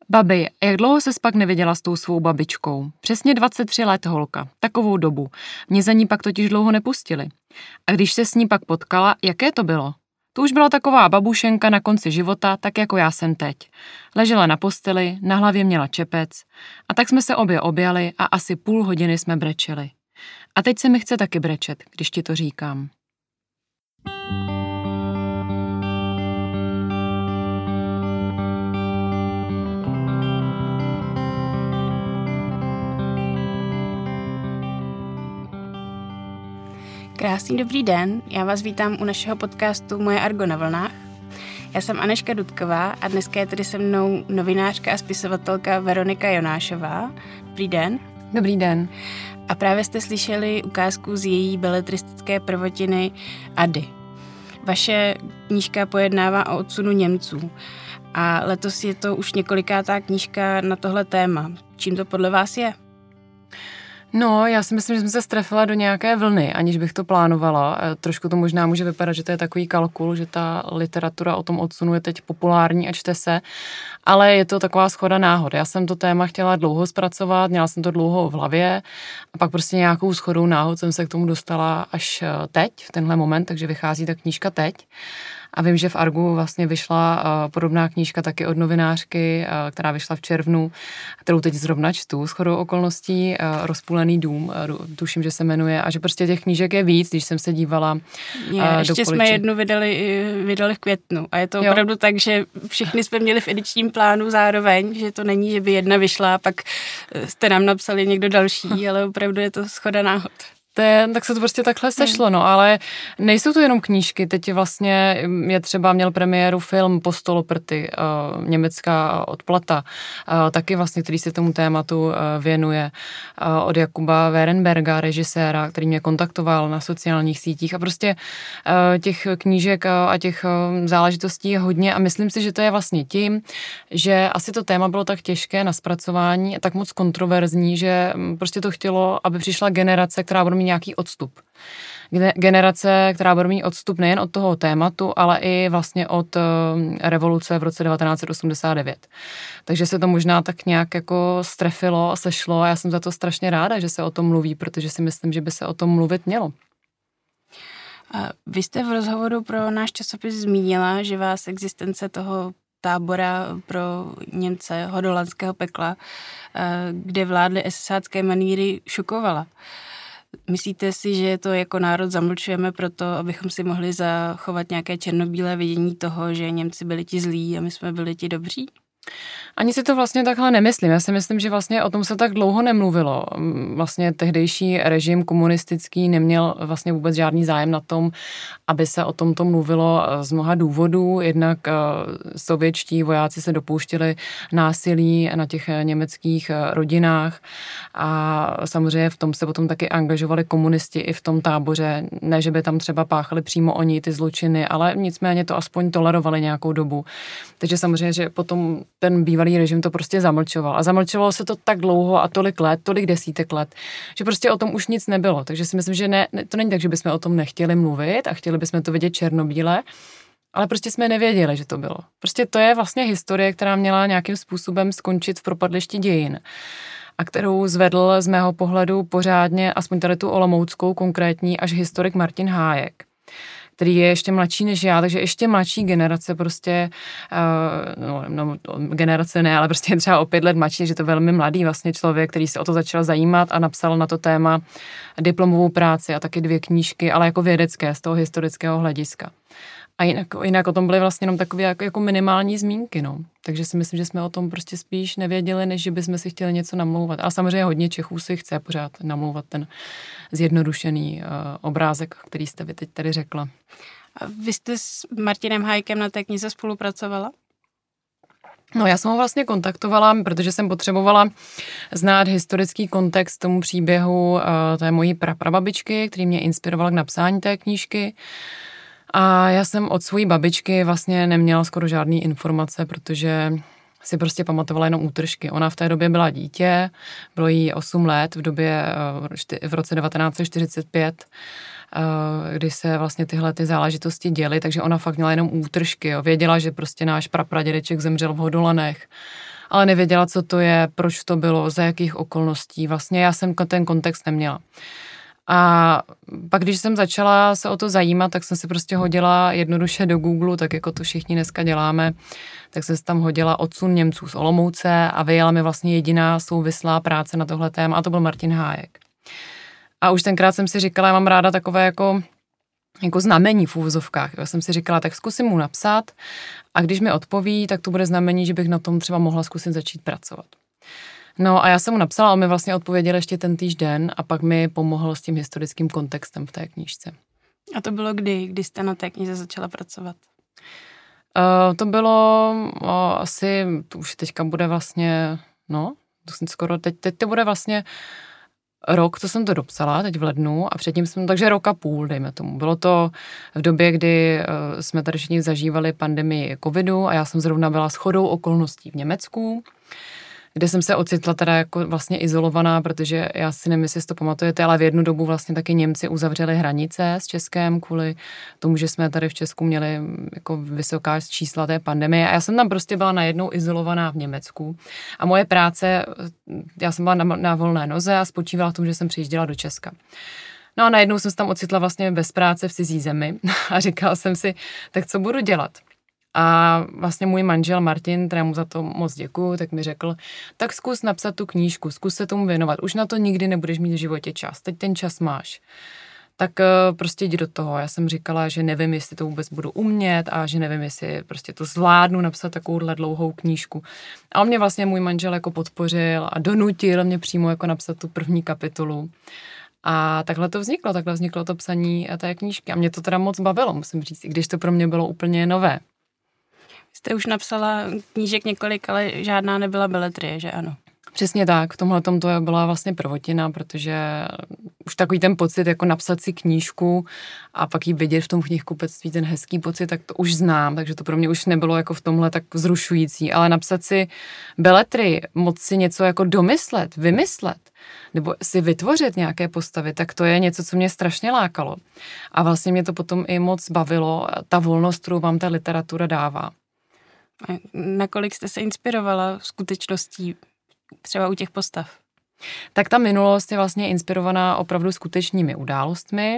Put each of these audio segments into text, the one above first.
Babi, jak dlouho ses pak neviděla s tou svou babičkou? Přesně 23 let, holka. Takovou dobu. Mě za ní pak totiž dlouho nepustili. A když se s ní pak potkala, jaké to bylo? To už byla taková babušenka na konci života, tak jako já jsem teď. Ležela na posteli, na hlavě měla čepec. A tak jsme se obě objali a asi půl hodiny jsme brečeli. A teď se mi chce taky brečet, když ti to říkám. Krásný dobrý den, já vás vítám u našeho podcastu Moje Argo na vlnách. Já jsem Anežka Dudková a dneska je tady se mnou novinářka a spisovatelka Veronika Jonášová. Dobrý den. Dobrý den. A právě jste slyšeli ukázku z její beletristické prvotiny Ady. Vaše knížka pojednává o odsunu Němců a letos je to už několikátá knížka na tohle téma. Čím to podle vás je? No, já si myslím, že jsem se strefila do nějaké vlny, aniž bych to plánovala. Trošku to možná může vypadat, že to je takový kalkul, že ta literatura o tom odsunu je teď populární a čte se, ale je to taková shoda náhod. Já jsem to téma chtěla dlouho zpracovat, měla jsem to dlouho v hlavě a pak prostě nějakou shodou náhod jsem se k tomu dostala až teď, v tenhle moment, takže vychází ta knížka teď. A vím, že v Argu vlastně vyšla podobná knížka taky od novinářky, která vyšla v červnu, kterou teď zrovna čtu, shodou okolností, Rozpůlený dům, tuším, že se jmenuje, a že prostě těch knížek je víc, když jsem se dívala ještě jsme jednu vydali v květnu a je to opravdu tak, že všichni jsme měli v edičním plánu zároveň, že to není, že by jedna vyšla a pak jste nám napsali někdo další, ale opravdu je to shoda náhod. Tak se to prostě takhle sešlo, no, ale nejsou to jenom knížky, teď vlastně měl premiéru film Postoloprty, německá odplata, taky vlastně, který se tomu tématu věnuje, od Jakuba Werenberga, režiséra, který mě kontaktoval na sociálních sítích a prostě těch knížek a těch záležitostí je hodně a myslím si, že to je vlastně tím, že asi to téma bylo tak těžké na zpracování a tak moc kontroverzní, že prostě to chtělo, aby přišla generace, která bude mít nějaký odstup. Generace, která bude mít odstup nejen od toho tématu, ale i vlastně od revoluce v roce 1989. Takže se to možná tak nějak jako strefilo a sešlo a já jsem za to strašně ráda, že se o tom mluví, protože si myslím, že by se o tom mluvit mělo. Vy jste v rozhovoru pro náš časopis zmínila, že vás existence toho tábora pro Němce hodolandského pekla, kde vládly esesácké maníry, šokovala. Myslíte si, že to jako národ zamlčujeme proto, abychom si mohli zachovat nějaké černobílé vidění toho, že Němci byli ti zlí a my jsme byli ti dobří? Ani si to vlastně takhle nemyslím. Já si myslím, že vlastně o tom se tak dlouho nemluvilo. Vlastně tehdejší režim komunistický neměl vlastně vůbec žádný zájem na tom, aby se o tomto mluvilo z mnoha důvodů. Jednak sovětští vojáci se dopouštěli násilí na těch německých rodinách a samozřejmě v tom se potom taky angažovali komunisti i v tom táboře. Ne, že by tam třeba páchali přímo oni ty zločiny, ale nicméně to aspoň tolerovali nějakou dobu. Takže samozřejmě, že potom ten bývalý režim to prostě zamlčoval. A zamlčovalo se to tak dlouho a tolik let, tolik desítek let, že prostě o tom už nic nebylo. Takže si myslím, že ne, to není tak, že bychom o tom nechtěli mluvit a chtěli bychom to vidět černobíle, ale prostě jsme nevěděli, že to bylo. Prostě to je vlastně historie, která měla nějakým způsobem skončit v propadlišti dějin a kterou zvedl z mého pohledu pořádně, aspoň tady tu olomouckou konkrétní, až historik Martin Hájek, který je ještě mladší než já, takže ještě mladší generace prostě, generace ne, ale prostě třeba o 5 let mladší, že to velmi mladý vlastně člověk, který se o to začal zajímat a napsal na to téma diplomovou práci a taky 2 knížky, ale jako vědecké, z toho historického hlediska. A jinak o tom byly vlastně jenom takové jako minimální zmínky, no. Takže si myslím, že jsme o tom prostě spíš nevěděli, než že bychom si chtěli něco namlouvat. Ale samozřejmě hodně Čechů si chce pořád namlouvat ten zjednodušený obrázek, který jste vy teď tady řekla. A vy jste s Martinem Hájkem na té knize spolupracovala? No, já jsem ho vlastně kontaktovala, protože jsem potřebovala znát historický kontext tomu příběhu té mojí prababičky, který mě inspiroval k napsání té knížky. A já jsem od své babičky vlastně neměla skoro žádný informace, protože si prostě pamatovala jenom útržky. Ona v té době byla dítě, bylo jí 8 let v roce 1945, kdy se vlastně tyhle ty záležitosti děly, takže ona fakt měla jenom útržky. Jo. Věděla, že prostě náš prapradědeček zemřel v Hodolanech ale nevěděla, co to je, proč to bylo, za jakých okolností. Vlastně já jsem ten kontext neměla. A pak, když jsem začala se o to zajímat, tak jsem si prostě hodila jednoduše do Google, tak jako to všichni dneska děláme, tak jsem si tam hodila odsun Němců z Olomouce a vyjela mi vlastně jediná souvislá práce na tohle téma a to byl Martin Hájek. A už tenkrát jsem si říkala, já mám ráda takové jako znamení v úvozovkách. Já jsem si říkala, tak zkusím mu napsat a když mi odpoví, tak to bude znamení, že bych na tom třeba mohla zkusit začít pracovat. No a já jsem mu napsala, on mi vlastně odpověděl ještě ten týžden a pak mi pomohl s tím historickým kontextem v té knížce. A to bylo kdy jste na té knize začala pracovat? To bylo asi, to už teďka bude vlastně, teď to bude vlastně rok, co jsem to dopsala, teď v lednu a předtím jsem, takže rok a půl, dejme tomu. Bylo to v době, kdy jsme tady všichni zažívali pandemii covidu a já jsem zrovna byla shodou okolností v Německu, kde jsem se ocitla teda jako vlastně izolovaná, protože já si nevím, jestli si to pamatujete, ale v jednu dobu vlastně taky Němci uzavřeli hranice s Českem kvůli tomu, že jsme tady v Česku měli jako vysoká čísla té pandemie a já jsem tam prostě byla najednou izolovaná v Německu a moje práce, já jsem byla na volné noze a spočívala v tom, že jsem přijížděla do Česka. No a najednou jsem se tam ocitla vlastně bez práce v cizí zemi a říkala jsem si, tak co budu dělat? A vlastně můj manžel Martin, kterému za to moc děkuju, tak mi řekl, tak zkus napsat tu knížku, zkus se tomu věnovat, už na to nikdy nebudeš mít v životě čas, teď ten čas máš. Tak prostě jdi do toho. Já jsem říkala, že nevím, jestli to vůbec budu umět a že nevím, jestli prostě to zvládnu napsat takovouhle dlouhou knížku. A on mě vlastně můj manžel jako podpořil a donutil mě přímo jako napsat tu první kapitolu. A takhle vzniklo to psaní té knížky. A mě to teda moc bavilo, musím říct, i když to pro mě bylo úplně nové. Jste už napsala knížek několik, ale žádná nebyla beletrie, že ano? Přesně tak, v tomhletom to byla vlastně prvotina, protože už takový ten pocit, jako napsat si knížku a pak ji vidět v tom knihkupectví, ten hezký pocit, tak to už znám, takže to pro mě už nebylo jako v tomhle tak vzrušující, ale napsat si beletrii, moc si něco jako domyslet, vymyslet, nebo si vytvořit nějaké postavy, tak to je něco, co mě strašně lákalo. A vlastně mě to potom i moc bavilo, ta volnost, kterou vám ta literatura dává. Nakolik jste se inspirovala skutečností třeba u těch postav? Tak ta minulost je vlastně inspirovaná opravdu skutečnými událostmi,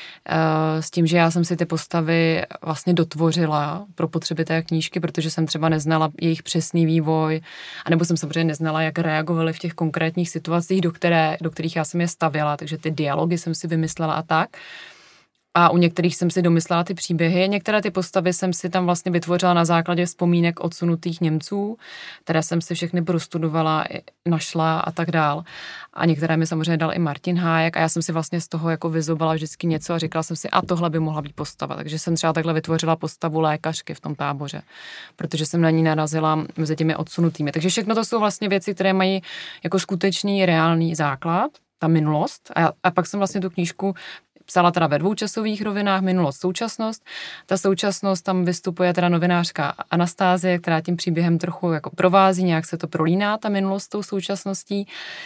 s tím, že já jsem si ty postavy vlastně dotvořila pro potřeby té knížky, protože jsem třeba neznala jejich přesný vývoj, anebo jsem samozřejmě neznala, jak reagovali v těch konkrétních situacích, do kterých já jsem je stavěla, takže ty dialogy jsem si vymyslela a tak. A u některých jsem si domyslela ty příběhy. Některé ty postavy jsem si tam vlastně vytvořila na základě vzpomínek odsunutých Němců, které jsem si všechny prostudovala, našla a tak dál. A některé mi samozřejmě dal i Martin Hájek a já jsem si vlastně z toho jako vyzobala vždycky něco a říkala jsem si, a tohle by mohla být postava. Takže jsem třeba takhle vytvořila postavu lékařky v tom táboře, protože jsem na ní narazila mezi těmi odsunutými. Takže všechno to jsou vlastně věci, které mají jako skutečný reálný základ, ta minulost. A pak jsem vlastně tu knížku psala teda ve 2 časových rovinách, minulost, současnost. Ta současnost, tam vystupuje teda novinářka Anastázie, která tím příběhem trochu jako provází, nějak se to prolíná, ta minulost s tou současností.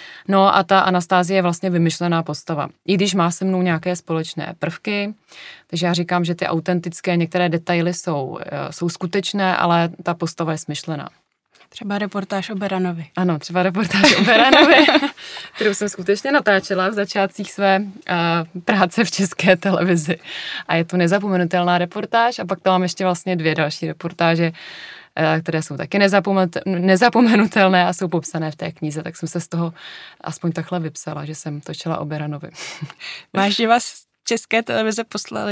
No a ta Anastázie je vlastně vymyšlená postava. I když má se mnou nějaké společné prvky, takže já říkám, že ty autentické některé detaily jsou skutečné, ale ta postava je smyšlená. Třeba reportáž o Beranovi. Ano, třeba reportáž o Beranovi, kterou jsem skutečně natáčela v začátcích své práce v České televizi. A je to nezapomenutelná reportáž a pak tam mám ještě vlastně 2 další reportáže, které jsou taky nezapomenutelné a jsou popsané v té knize, tak jsem se z toho aspoň takhle vypsala, že jsem točila o Beranovi. Máš, že vás České televize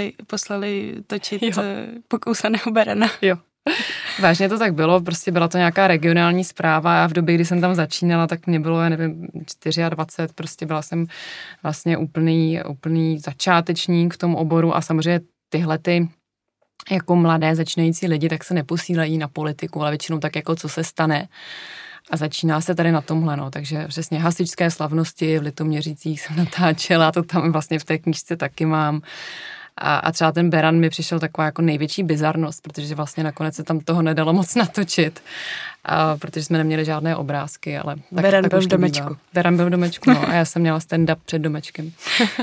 poslali točit Pokousaného Berana? Jo. Vážně to tak bylo, prostě byla to nějaká regionální zpráva a v době, kdy jsem tam začínala, tak mě bylo, já nevím, 24, prostě byla jsem vlastně úplný začátečník v tom oboru a samozřejmě tyhle ty jako mladé začínající lidi, tak se neposílají na politiku, ale většinou tak jako co se stane. A začíná se tady na tomhle, no, takže přesně hasičské slavnosti v Litoměřicích jsem natáčela, to tam vlastně v té knížce taky mám. A třeba ten Beran mi přišel taková jako největší bizarnost, protože vlastně nakonec se tam toho nedalo moc natočit, protože jsme neměli žádné obrázky, ale Beran byl v domečku. Beran byl v domečku, no, a já jsem měla stand-up před domečkem.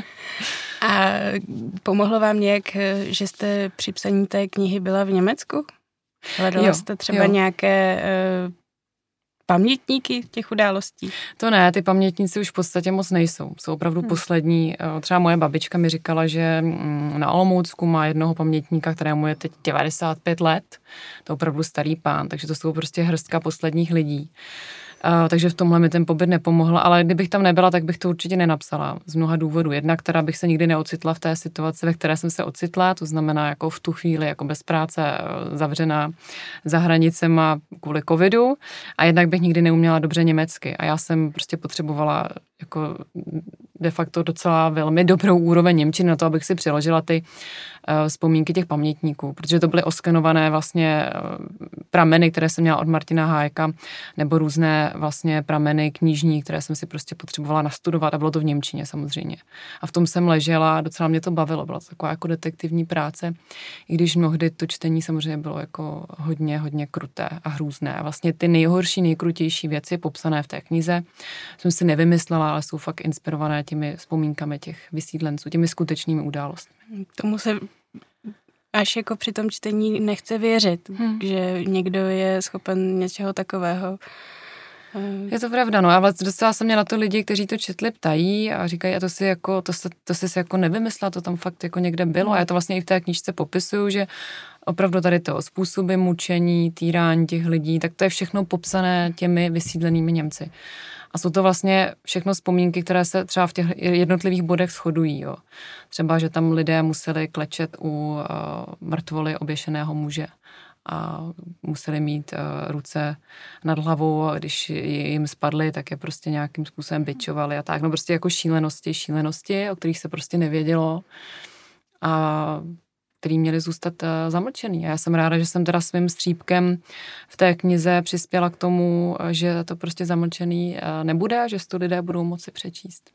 A pomohlo vám nějak, že jste při psaní té knihy byla v Německu? Hledala jste třeba nějaké pamětníky těch událostí? To ne, ty pamětníci už v podstatě moc nejsou. Jsou opravdu poslední. Třeba moje babička mi říkala, že na Olomoucku má jednoho pamětníka, kterému je teď 95 let. To je opravdu starý pán, takže to jsou prostě hrstka posledních lidí. Takže v tomhle mi ten pobyt nepomohl, ale kdybych tam nebyla, tak bych to určitě nenapsala z mnoha důvodů. Jedna, která bych se nikdy neocitla v té situaci, ve které jsem se ocitla, to znamená jako v tu chvíli jako bez práce, zavřená za hranicema kvůli covidu, a jednak bych nikdy neuměla dobře německy a já jsem prostě potřebovala jako de facto docela velmi dobrou úroveň němčiny na to, abych si přeložila ty vzpomínky těch pamětníků, protože to byly oskenované vlastně prameny, které jsem měla od Martina Hájka, nebo různé vlastně prameny knižní, které jsem si prostě potřebovala nastudovat a bylo to v němčině samozřejmě. A v tom jsem ležela, docela mě to bavilo, byla to taková jako detektivní práce, i když mnohdy to čtení samozřejmě bylo jako hodně kruté a hrůzné. A vlastně ty nejhorší, nejkrutější věci popsané v té knize jsem si nevymyslela, ale jsou fakt inspirované těmi vzpomínkami těch vysídlenců, těmi skutečnými událostmi. Tomu se až jako při tom čtení nechce věřit, že někdo je schopen něčeho takového. Je to pravda, no. A dostala jsem mě na to lidi, kteří to četli, ptají a říkají, a to si jako nevymyslela, to tam fakt jako někde bylo. A já to vlastně i v té knížce popisuju, že opravdu tady to způsoby mučení, týrání těch lidí, tak to je všechno popsané těmi vysídlenými Němci. A jsou to vlastně všechno vzpomínky, které se třeba v těch jednotlivých bodech shodují. Jo. Třeba, že tam lidé museli klečet u mrtvoly oběšeného muže a museli mít ruce nad hlavou a když jim spadly, tak je prostě nějakým způsobem bičovali a tak. No prostě jako šílenosti, o kterých se prostě nevědělo a který měli zůstat zamlčený. A já jsem ráda, že jsem teda svým střípkem v té knize přispěla k tomu, že to prostě zamlčený nebude a že si to lidé budou moci přečíst.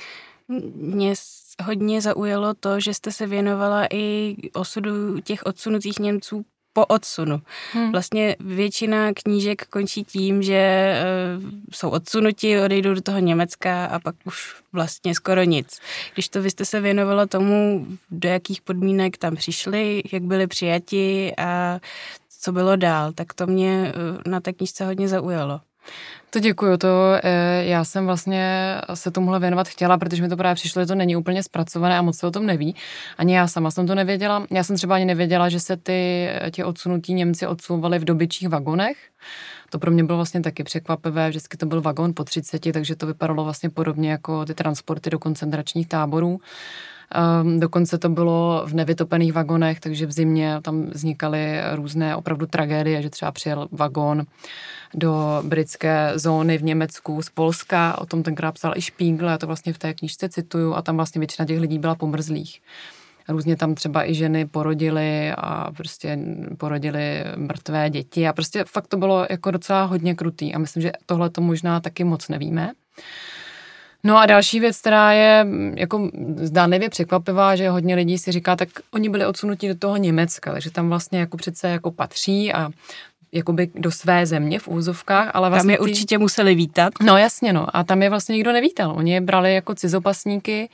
Mě hodně zaujalo to, že jste se věnovala i osudu těch odsunutých Němců po odsunu. Vlastně většina knížek končí tím, že jsou odsunuti, odejdou do toho Německa a pak už vlastně skoro nic. Když to vy jste se věnovala tomu, do jakých podmínek tam přišli, jak byli přijati a co bylo dál, tak to mě na té knížce hodně zaujalo. To děkuju, já jsem vlastně se tomuhle věnovat chtěla, protože mi to právě přišlo, že to není úplně zpracované a moc se o tom neví. Ani já sama jsem to nevěděla. Já jsem třeba ani nevěděla, že se ti odsunutí Němci odsouvali v dobyčích vagonech. To pro mě bylo vlastně taky překvapivé, vždycky to byl vagon po 30, takže to vypadalo vlastně podobně jako ty transporty do koncentračních táborů. Dokonce to bylo v nevytopených vagonech, takže v zimě tam vznikaly různé opravdu tragédie, že třeba přijel vagon do britské zóny v Německu z Polska, o tom tenkrát psal i Spiegel, já to vlastně v té knížce cituju, a tam vlastně většina těch lidí byla pomrzlých. Různě tam třeba i ženy porodily a prostě porodily mrtvé děti a prostě fakt to bylo jako docela hodně krutý a myslím, že tohle to možná taky moc nevíme. No a další věc, která je jako zdánlivě překvapivá, že hodně lidí si říká, tak oni byli odsunutí do toho Německa, takže tam vlastně jako přece jako patří a jakoby do své země v úzovkách, ale vlastně... Tam je určitě museli vítat. No jasně, no. A tam je vlastně nikdo nevítal. Oni je brali jako cizopasníky,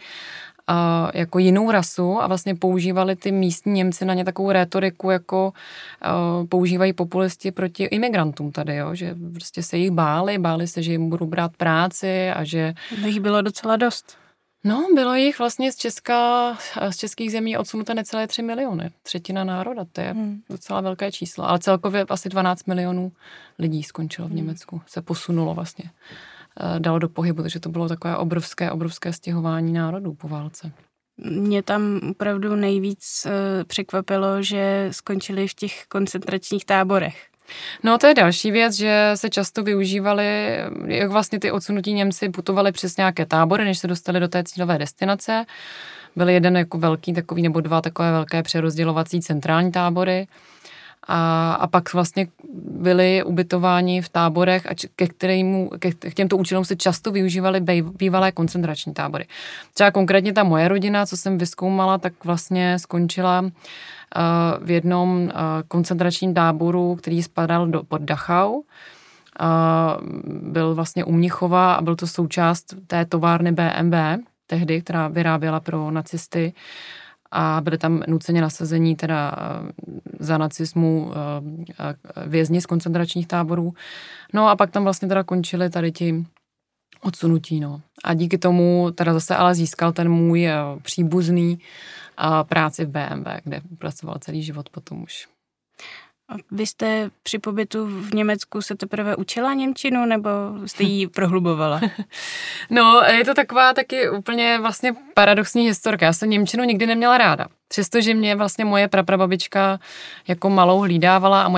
jako jinou rasu a vlastně používali ty místní Němci na ně takovou rétoriku, jako používají populisti proti imigrantům tady, jo, že prostě se jich báli se, že jim budou brát práci a že... Jich bylo docela dost. No, bylo jich vlastně z českých zemí odsunuté necelé 3 miliony. Třetina národa, to je docela velké číslo. Ale celkově asi 12 milionů lidí skončilo v Německu. Se posunulo vlastně. Dalo do pohybu, takže to bylo takové obrovské stěhování národů po válce. Mě tam opravdu nejvíc překvapilo, že skončili v těch koncentračních táborech. No to je další věc, že se často využívali, jak vlastně ty odsunutí Němci putovali přes nějaké tábory, než se dostali do té cílové destinace. Byl jeden jako velký takový nebo dva takové velké přerozdělovací centrální tábory. A pak vlastně byli ubytováni v táborech a k těmto účelům se často využívaly bývalé koncentrační tábory. Třeba konkrétně ta moje rodina, co jsem vyzkoumala, tak vlastně skončila v jednom koncentračním táboru, který spadal pod Dachau. Byl vlastně u Mnichova a byl to součást té továrny BMW tehdy, která vyráběla pro nacisty. a byli tam nuceně nasazení teda za nacismu vězni z koncentračních táborů. No a pak tam vlastně teda končili tady ti odsunutí, no. A díky tomu teda zase ale získal ten můj příbuzný práci v BMW, kde pracoval celý život potom už. A vy jste při pobytu v Německu se teprve učila němčinu, nebo jste ji prohlubovala? No, je to taková taky úplně vlastně paradoxní historka. Já jsem němčinu nikdy neměla ráda. Přestože mě vlastně moje praprababička jako malou hlídávala a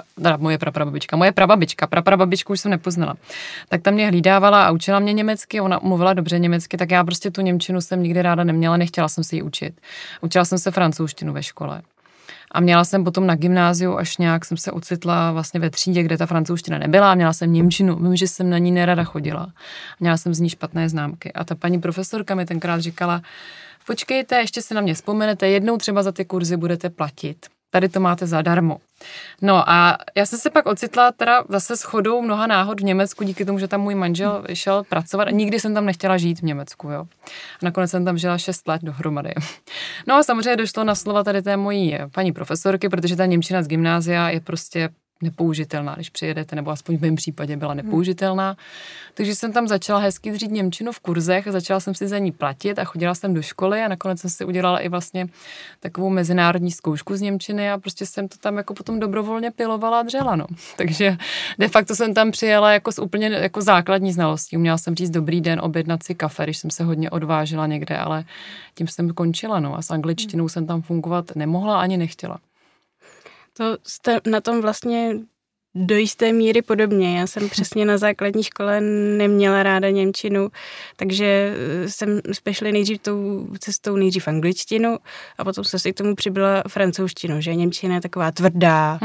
moje praprababičku už jsem nepoznala. Tak tam mě hlídávala a učila mě německy, ona mluvila dobře německy, tak já prostě tu němčinu jsem nikdy ráda neměla, nechtěla jsem si ji učit. Učila jsem se francouzštinu ve škole. A měla jsem potom na gymnáziu, až nějak jsem se ocitla vlastně ve třídě, kde ta francouzština nebyla, a měla jsem němčinu. Vím, že jsem na ní nerada chodila. Měla jsem z ní špatné známky. A ta paní profesorka mi tenkrát říkala, počkejte, ještě si na mě vzpomenete, jednou třeba za ty kurzy budete platit. Tady to máte zadarmo. No a já jsem se pak ocitla teda zase shodou mnoha náhod v Německu, díky tomu, že tam můj manžel šel pracovat. Nikdy jsem tam nechtěla žít v Německu, jo. A nakonec jsem tam žila 6 let dohromady. No a samozřejmě došlo na slova tady té mojí paní profesorky, protože ta němčina z gymnázia je prostě nepoužitelná, když přijedete, nebo aspoň v mém případě byla nepoužitelná. Takže jsem tam začala hezky dřít němčinu v kurzech, začala jsem si za ní platit a chodila jsem do školy a nakonec jsem si udělala i vlastně takovou mezinárodní zkoušku z němčiny a prostě jsem to tam jako potom dobrovolně pilovala a dřela, no. Takže de facto jsem tam přijela jako s úplně jako základní znalostí. Uměla jsem říct dobrý den, objednat si kafe, když jsem se hodně odvážila někde, ale tím jsem končila, no. A s angličtinou jsem tam fungovat nemohla ani nechtěla. To jste na tom vlastně do jisté míry podobně. Já jsem přesně na základní škole neměla ráda němčinu, takže jsem šli nejdřív tou cestou nejdřív angličtinu a potom jsem si k tomu přibyla francouzštinu, že němčina je taková tvrdá,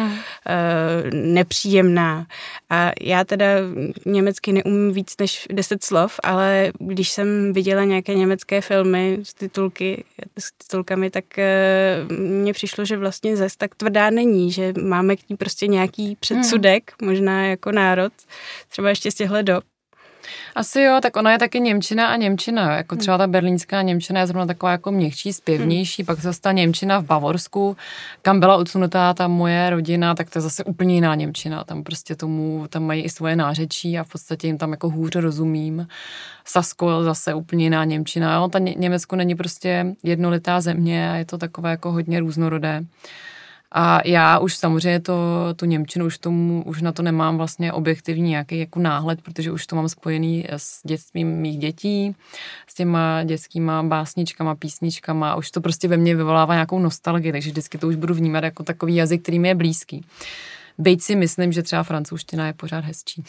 nepříjemná. A já teda německy neumím víc než 10 slov, ale když jsem viděla nějaké německé filmy s titulkami, tak mně přišlo, že vlastně zase tak tvrdá není, že máme k ní prostě nějaký předsudek, možná jako národ, třeba ještě z těchto dob. Asi jo, tak ona je taky němčina a němčina, jako třeba ta berlínská němčina je zrovna taková jako měkčí, zpěvnější, pak zase ta němčina v Bavorsku, kam byla odsunutá ta moje rodina, tak to je zase úplně jiná němčina, tam prostě tam mají i svoje nářečí a v podstatě jim tam jako hůře rozumím. Sasko zase úplně jiná němčina, jo, ta Německo není prostě jednolitá země a je to takové jako hodně různorodé. A já už samozřejmě tu němčinu už na to nemám vlastně objektivní nějaký jako náhled, protože už to mám spojený s dětstvím mých dětí, s těma dětskýma básničkama, písničkama a už to prostě ve mně vyvolává nějakou nostalgii, takže vždycky to už budu vnímat jako takový jazyk, který mi je blízký. Byť si myslím, že třeba francouzština je pořád hezčí.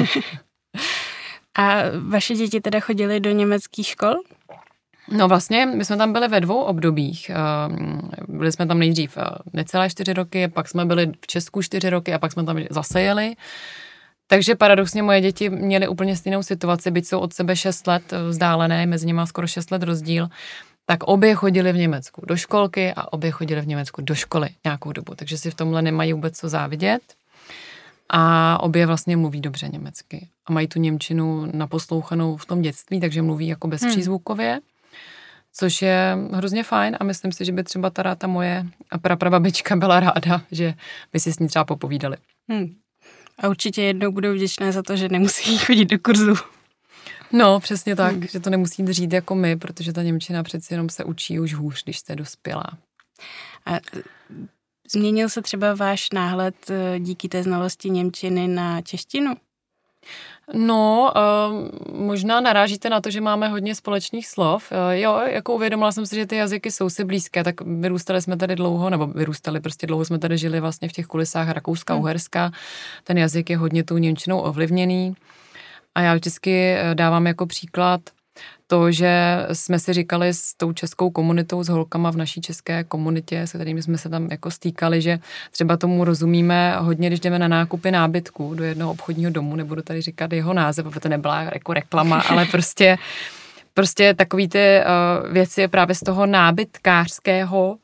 A vaše děti teda chodily do německých škol? No vlastně, my jsme tam byli ve 2 obdobích. Byli jsme tam nejdřív necelé 4 roky, pak jsme byli v Česku 4 roky a pak jsme tam zase jeli. Takže paradoxně moje děti měly úplně stejnou situaci, byť jsou od sebe 6 let vzdálené, mezi nimi skoro 6 let rozdíl, tak obě chodili v Německu do školky a obě chodili v Německu do školy nějakou dobu, takže si v tomhle nemají vůbec co závidět. A obě vlastně mluví dobře německy a mají tu němčinu naposlouchanou v tom dětství, takže mluví jako bezpřízvukově. Což je hrozně fajn a myslím si, že by třeba ta moje praprababička byla ráda, že by si s ní třeba popovídali. A určitě jednou budou vděčné za to, že nemusí chodit do kurzu. No, přesně tak, že to nemusí dřít jako my, protože ta němčina přeci jenom se učí už hůř, když jste dospělá. A změnil se třeba váš náhled díky té znalosti němčiny na češtinu? No, možná narážíte na to, že máme hodně společných slov. Jo, jako uvědomila jsem si, že ty jazyky jsou si blízké, tak vyrůstali jsme tady dlouho, prostě dlouho jsme tady žili vlastně v těch kulisách Rakouska, Uherska. Ten jazyk je hodně tou němčinou ovlivněný. A já vždycky dávám jako příklad to, že jsme si říkali s tou českou komunitou, s holkama v naší české komunitě, se kterými jsme se tam jako stýkali, že třeba tomu rozumíme hodně, když jdeme na nákupy nábytku do jednoho obchodního domu, nebudu tady říkat jeho název, protože to nebyla jako reklama, ale prostě takový ty věci právě z toho nábytkářského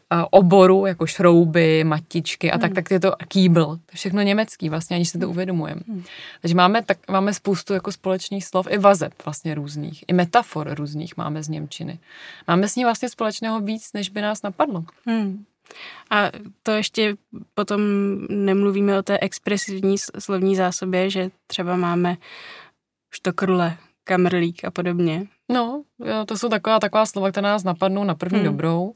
oboru, jako šrouby, matičky a tak je to kýbl. To je všechno německý, vlastně, aniž se to uvědomujeme. Takže máme spoustu jako společných slov i vazeb vlastně různých, i metafor různých máme z němčiny. Máme s ní vlastně společného víc, než by nás napadlo. A to ještě potom nemluvíme o té expresivní slovní zásobě, že třeba máme štokrle, kamrlík a podobně. No, to jsou taková slova, která nás napadnou na první dobrou.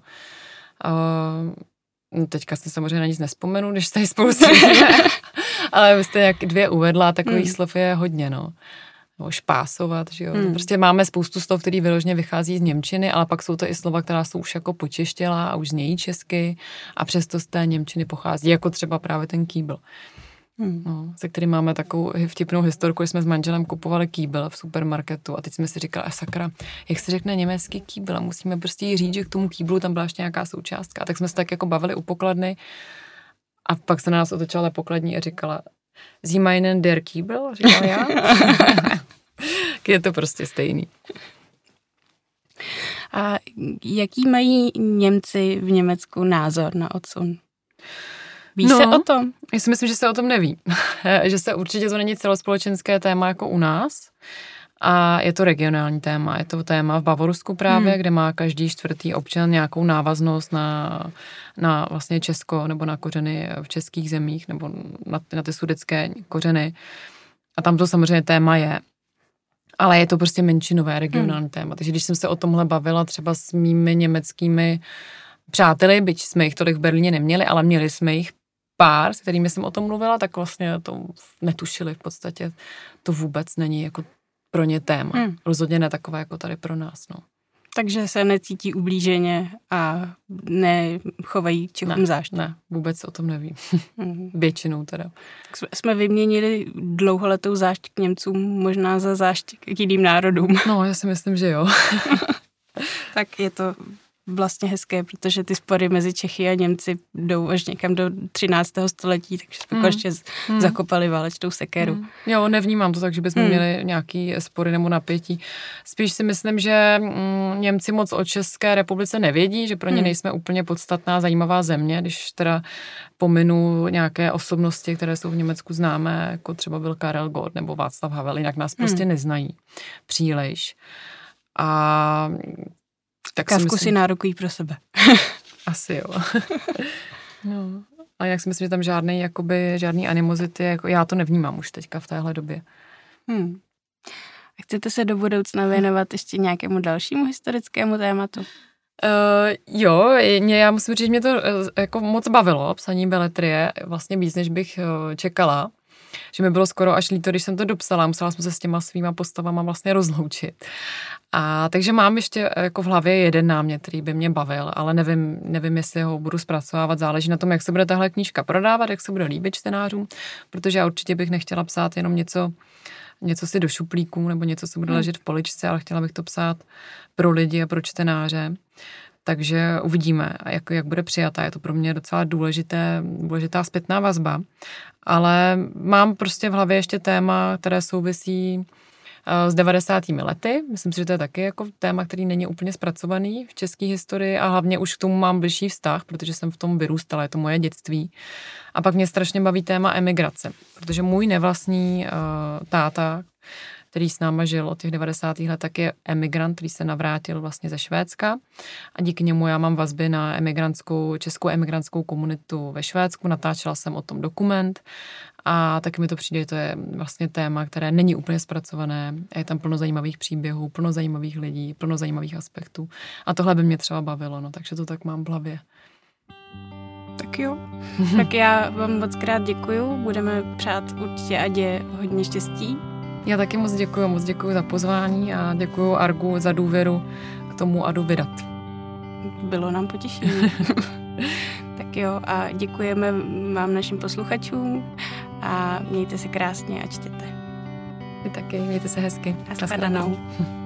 Teďka si samozřejmě na nic nespomenu, když jste ji spolu ale vy jste jak 2 uvedla, takových slov je hodně, no. Nebo špásovat, že jo. Prostě máme spoustu slov, který vyloženě vychází z němčiny, ale pak jsou to i slova, která jsou už jako počeštělá a už znějí česky a přesto z té němčiny pochází, jako třeba právě ten kýbl. No, se kterým máme takovou vtipnou historku, že jsme s manželem kupovali kýbl v supermarketu a teď jsme si říkali, sakra, jak se řekne německý kýbl a musíme prostě jí říct, že k tomu kýblu tam byla ještě nějaká součástka. A tak jsme se tak jako bavili u pokladny a pak se na nás otočila pokladní a říkala, Sie meinen der Kýbl? Říkala já. Je to prostě stejný. A jaký mají Němci v Německu názor na odsun? Ví se o tom? Já si myslím, že se o tom neví. Že se určitě to není celospolečenské téma jako u nás. A je to regionální téma. Je to téma v Bavorsku právě, kde má každý 4. občan nějakou návaznost na vlastně Česko nebo na kořeny v českých zemích nebo na ty sudetské kořeny. A tam to samozřejmě téma je. Ale je to prostě menšinové regionální téma. Takže když jsem se o tomhle bavila třeba s mými německými přáteli, byť jsme jich tolik v Berlíně neměli, ale měli jsme jich pár, s kterými jsem o tom mluvila, tak vlastně to netušili v podstatě. To vůbec není jako pro ně téma. Rozhodně ne takové jako tady pro nás. No. Takže se necítí ublíženě a nechovají Čechům zášť. Ne, vůbec o tom nevím. Většinou teda. Jsme vyměnili dlouholetou zášť k Němcům možná za zášť k jiným národům. No, já si myslím, že jo. Tak je to vlastně hezké, protože ty spory mezi Čechy a Němci jdou až někam do 13. století, takže jsme konečně zakopali válečnou sekeru. Jo, nevnímám to tak, že bychom měli nějaký spory nebo napětí. Spíš si myslím, že Němci moc o České republice nevědí, že pro ně nejsme úplně podstatná, zajímavá země, když teda pominu nějaké osobnosti, které jsou v Německu známé, jako třeba byl Karel Gott nebo Václav Havel, jinak nás prostě neznají příliš. A tak Kafku si nárokují pro sebe. Asi jo. No. A jak si myslím, že tam žádný animozity, jako já to nevnímám už teďka v téhle době. A chcete se do budoucna věnovat ještě nějakému dalšímu historickému tématu? Jo, já musím říct, že mě to jako moc bavilo, psaní beletrie, vlastně víc, než bych čekala. Že mi bylo skoro až líto, když jsem to dopsala, musela jsem se s těma svýma postavama vlastně rozloučit. A takže mám ještě jako v hlavě jeden námět, který by mě bavil, ale nevím, jestli ho budu zpracovávat, záleží na tom, jak se bude tahle knížka prodávat, jak se bude líbit čtenářům, protože já určitě bych nechtěla psát jenom něco si do šuplíků nebo něco, co bude ležet v poličce, ale chtěla bych to psát pro lidi a pro čtenáře. Takže uvidíme, jak bude přijatá. Je to pro mě docela důležitá zpětná vazba. Ale mám prostě v hlavě ještě téma, které souvisí s 90. lety. Myslím si, že to je taky jako téma, který není úplně zpracovaný v české historii a hlavně už k tomu mám bližší vztah, protože jsem v tom vyrůstala, je to moje dětství. A pak mě strašně baví téma emigrace, protože můj nevlastní táta, který s náma žil od těch 90. let, tak je emigrant, který se navrátil vlastně ze Švédska a díky němu já mám vazby na českou emigrantskou komunitu ve Švédsku, natáčela jsem o tom dokument a taky mi to přijde, že to je vlastně téma, které není úplně zpracované a je tam plno zajímavých příběhů, plno zajímavých lidí, plno zajímavých aspektů a tohle by mě třeba bavilo, no, takže to tak mám v hlavě. Tak jo. Tak já vám moc krát děkuju, budeme přát určitě Adě hodně štěstí. Já taky moc děkuju za pozvání a děkuju Argu za důvěru k tomu Adu vydat. Bylo nám potěšení. Tak jo a děkujeme vám našim posluchačům a mějte se krásně a čtěte. Vy taky, mějte se hezky. Nashledanou.